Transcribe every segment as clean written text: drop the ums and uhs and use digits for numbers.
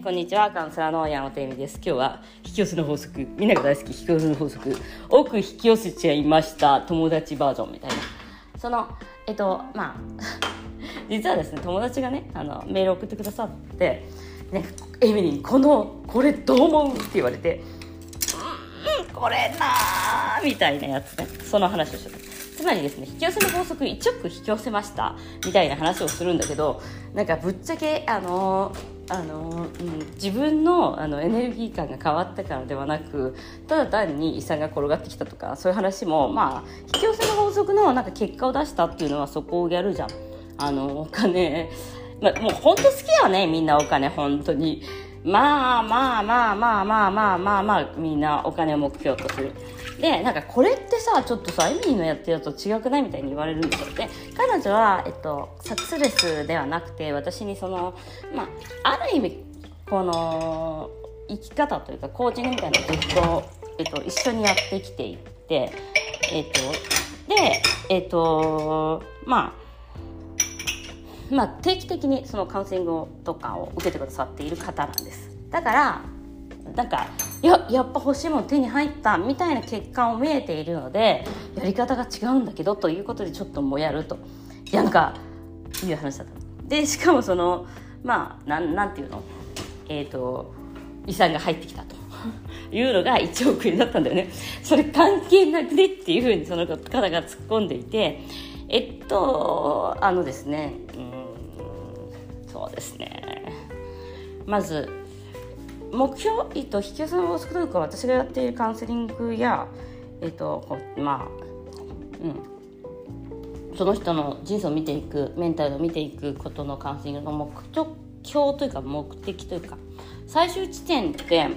こんにちは、カウンセラーの山本恵美です。今日は引き寄せの法則、みんなが大好き引き寄せの法則、奥引き寄せちゃいました友達バージョンみたいな。その実はですね、友達がねメールを送ってくださってね、エミリンこれどう思うって言われて、これなーみたいなやつね、その話をしてた。つまりですね、引き寄せの法則1億引き寄せましたみたいな話をするんだけど、なんかぶっちゃけ自分のエネルギー感が変わったからではなく、ただ単に遺産が転がってきたとか、そういう話も引き寄せの法則のなんか結果を出したっていうのはそこをやるじゃん。お金、もう本当好きよね、みんなお金。本当にみんなお金を目標とする。で、なんかこれってさ、ちょっとさエミリーのやってると違くないみたいに言われるんですよ。で、彼女は、サクセスではなくて、私にある意味この生き方というかコーチングみたいなのをずっと、一緒にやってきていて、定期的にそのカウンセリングとかを受けてくださっている方なんです。だからなんかやっぱ欲しいもの手に入ったみたいな結果を見えているので、やり方が違うんだけどということでちょっともやるとなんかいう話だった。でしかもそのなんていうの、遺産が入ってきたというのが1億円だったんだよね。それ関係なくねっていうふうにその方が突っ込んでいて、ですね、そうですね、まず目標、引き寄せの法則というか、私がやっているカウンセリングや、その人の人生を見ていく、メンタルを見ていくことのカウンセリングの目標というか目的というか、最終地点って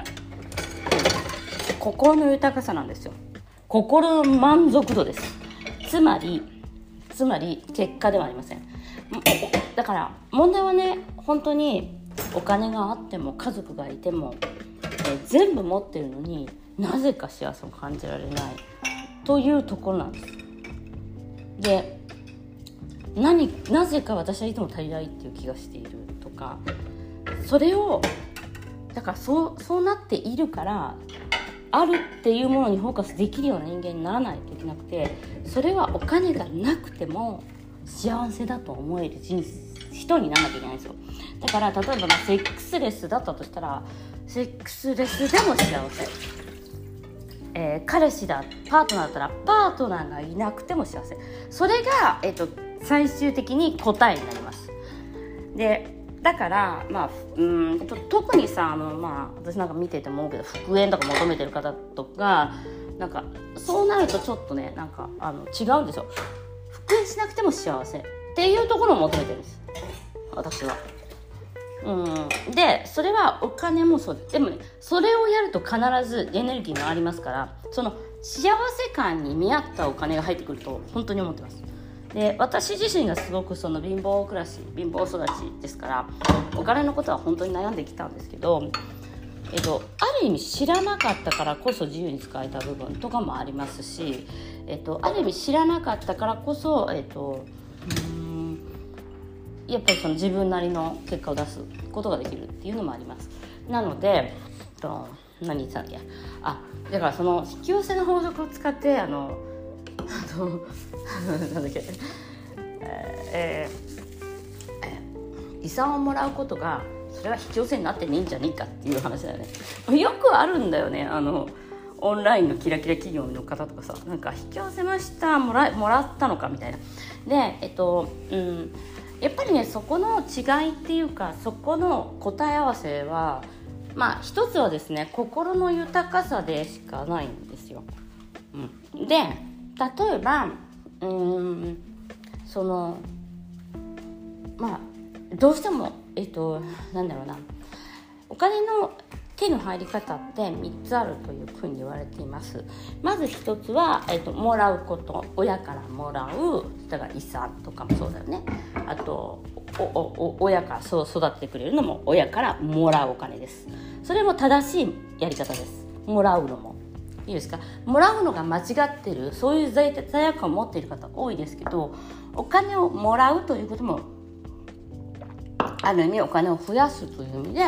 心の豊かさなんですよ。心の満足度です。つまり結果ではありません。だから問題はね、本当にお金があっても家族がいても、全部持ってるのになぜか幸せを感じられないというところなんです。で、なぜか私はいつも足りないっていう気がしているとか、それをだからそうなっているから、あるっていうものにフォーカスできるような人間にならないといけなくて、それはお金がなくても幸せだと思える人にならなきゃいけないんですよ。だから例えばセックスレスだったとしたら、セックスレスでも幸せ、彼氏だ、パートナーだったらパートナーがいなくても幸せ。それが、最終的に答えになります。で、だから特にさ、私なんか見てて思うけど、復縁とか求めてる方とか、なんかそうなるとちょっとね、なんか違うんですよ。復縁しなくても幸せっていうところを求めてるんです、私は。で、それはお金もそうでもね、それをやると必ずエネルギーがありますから、その幸せ感に見合ったお金が入ってくると本当に思ってます。で、私自身がすごくその貧乏育ちですから、お金のことは本当に悩んできたんですけど、ある意味知らなかったからこそ自由に使えた部分とかもありますし、ある意味知らなかったからこそ、やっぱりその自分なりの結果を出すことができるっていうのもあります。なので、何言ってたんだっけ、だからその引き寄せの法則を使ってなんだっけ、遺産をもらうことが、それは引き寄せになってねえんじゃねえかっていう話だよね。よくあるんだよね、オンラインのキラキラ企業の方とかさ、なんか引き寄せました、もらったのかみたいな。で、やっぱりね、そこの違いっていうか、そこの答え合わせは一つはですね、心の豊かさでしかないんですよ。で、例えばどうしてもお金の手の入り方って3つあるというふうに言われています。まず1つは、もらうこと、親からもらう、だから遺産とかもそうだよね。あと親からそう育ててくれるのも親からもらうお金です。それも正しいやり方です。もらうのもいいですか。もらうのが間違ってる、そういう罪悪感を持っている方多いですけど、お金をもらうということもある意味お金を増やすという意味で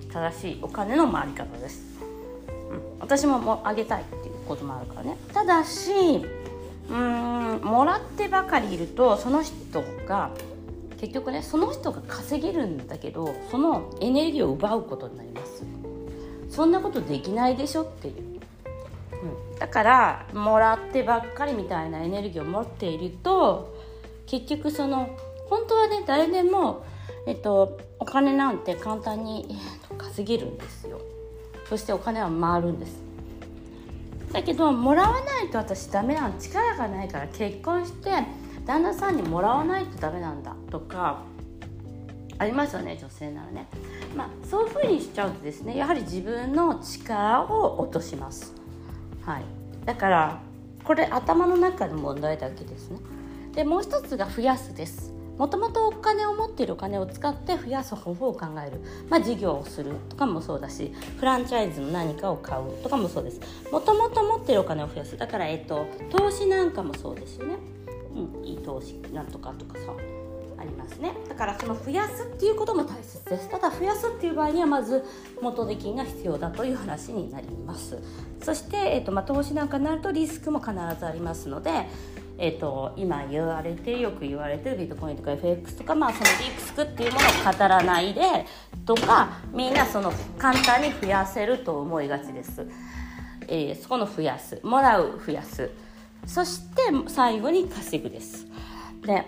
正しいお金の回り方です、私もあげたいっていうこともあるからね。ただしもらってばかりいるとその人が結局ね、その人が稼げるんだけどそのエネルギーを奪うことになります。そんなことできないでしょっていう、だからもらってばっかりみたいなエネルギーを持っていると結局その本当はね、誰でも、お金なんて簡単に、稼げるんですよ。そしてお金は回るんです。だけどもらわないと私ダメなの、力がないから結婚して旦那さんにもらわないとダメなんだとかありますよね、女性ならね。そういう風にしちゃうとですね、やはり自分の力を落とします。だからこれ頭の中の問題だけですね。でもう一つが増やすです。もともとお金を持っているお金を使って増やす方法を考える、事業をするとかもそうだし、フランチャイズの何かを買うとかもそうです。もともと持っているお金を増やす。だから、投資なんかもそうですよね。いい投資なんとかとかさありますね。だからその増やすっていうことも大切です。ただ増やすっていう場合にはまず元手金が必要だという話になります。そして、投資なんかになるとリスクも必ずありますので、今よく言われているビットコインとか FX とか、そのリスクっていうものを語らないでとか、みんなその簡単に増やせると思いがちです。そこの増やす、もらう、増やす、そして最後に稼ぐです。で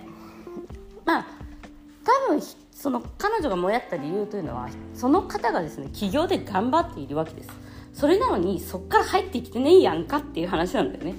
多分その彼女がもやった理由というのはその方がですね、起業で頑張っているわけです。それなのにそっから入ってきてねえやんかっていう話なんだよね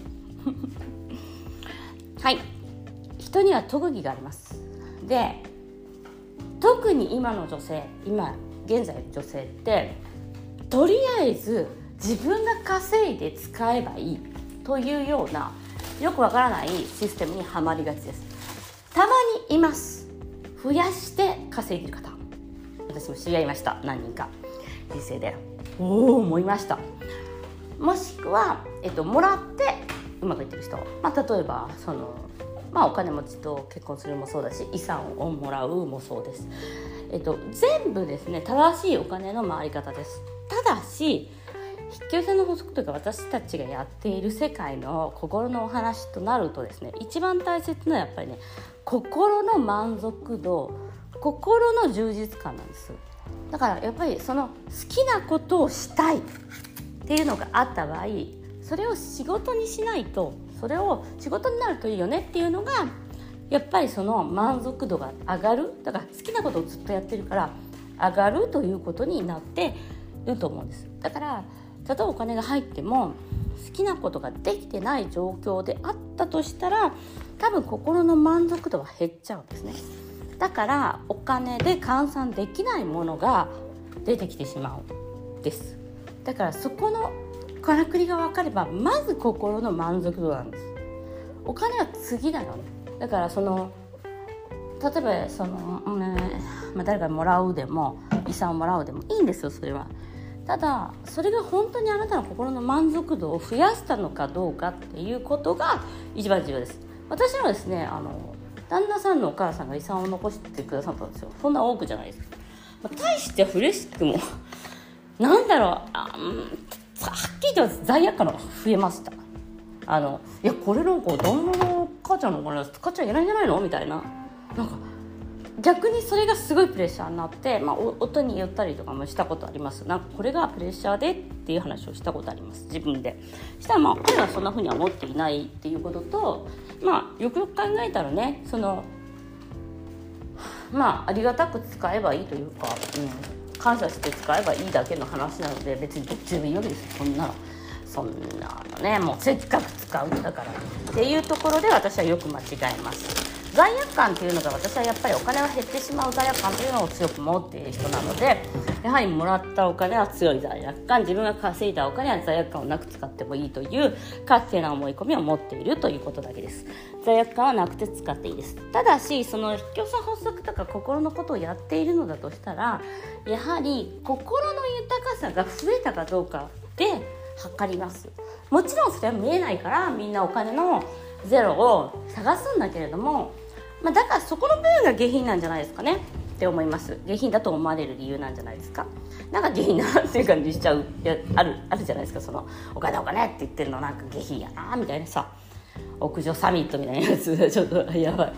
人には特技があります。で、特に今の女性、現在の女性ってとりあえず自分が稼いで使えばいいというようなよくわからないシステムにはまりがちです。たまにいます。増やして稼いでいる方、私も知り合いました。何人か人生で思いました。もしくは、もらってうまくいってる人、例えばお金持ちと結婚するもそうだし、遺産をもらうもそうです。全部ですね、正しいお金の回り方です。ただし引き寄せの法則というか、私たちがやっている世界の心のお話となるとですね、一番大切なのはやっぱりね、心の満足度、心の充実感なんです。だからやっぱりその好きなことをしたいっていうのがあった場合、それを仕事にしないと、それを仕事になるといいよねっていうのがやっぱりその満足度が上がる。だから好きなことをずっとやってるから上がるということになっていると思うんです。だから例えばお金が入っても好きなことができてない状況であったとしたら、多分心の満足度は減っちゃうんですね。だからお金で換算できないものが出てきてしまうんです。だからそこのからくりが分かれば、まず心の満足度なんです。お金は次だよね。だから例えば誰かにもらうでも遺産をもらうでもいいんですよ、それは。ただそれが本当にあなたの心の満足度を増やしたのかどうかっていうことが一番重要です。私はですね、旦那さんのお母さんが遺産を残してくださったんですよ。そんな多くじゃないです。大して嬉しくもなんだろう、はっきり言って罪悪感が増えました。いやこれなんか旦那の母ちゃんのお金使っちゃいけないんじゃないのみたいな、なんか逆にそれがすごいプレッシャーになって、夫に言ったりとかもしたことあります。なんかこれがプレッシャーでっていう話をしたことあります、自分で。したら彼はそんな風には思っていないっていうことと、よくよく考えたらね、ありがたく使えばいいというか、感謝して使えばいいだけの話なので、別にどっちでもいいわけですよ。そんなのね、もうせっかく使うんだからっていうところで私はよく間違えます。罪悪感っていうのが、私はやっぱりお金が減ってしまう罪悪感というのを強く持っている人なので、やはりもらったお金は強い罪悪感、自分が稼いだお金は罪悪感をなく使ってもいいという勝手な思い込みを持っているということだけです。罪悪感はなくて使っていいです。ただしその引き寄せ法則とか心のことをやっているのだとしたら、やはり心の豊かさが増えたかどうかで測ります。もちろんそれは見えないから、みんなお金のゼロを探すんだけれども、だからそこの部分が下品なんじゃないですかねって思います。下品だと思われる理由なんじゃないですか。 なんか下品なっていう感じしちゃうあるじゃないですか。そのお金って言ってるのなんか下品やなみたいなさ、屋上サミットみたいなやつちょっとやばい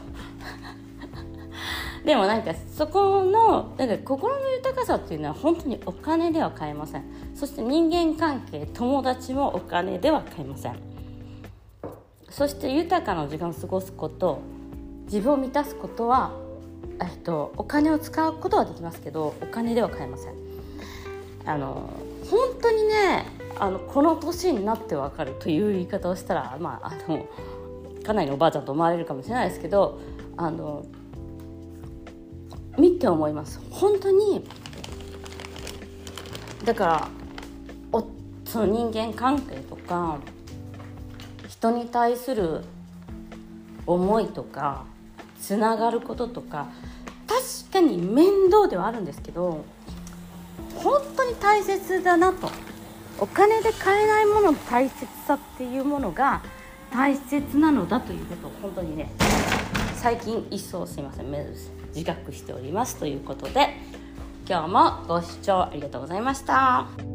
でもなんかそこのなんか心の豊かさっていうのは本当にお金では買えません。そして人間関係、友達もお金では買えません。そして豊かな時間を過ごすこと、自分を満たすことは、お金を使うことはできますけどお金では買えません。本当にねこの年になって分かるという言い方をしたら、かなりのおばあちゃんと思われるかもしれないですけど、見て思います。本当にだからその人間関係とか人に対する思いとかつながることとか、確かに面倒ではあるんですけど本当に大切だなと。お金で買えないものの大切さっていうものが大切なのだということを本当にね最近一層すいません自覚しておりますということで、今日もご視聴ありがとうございました。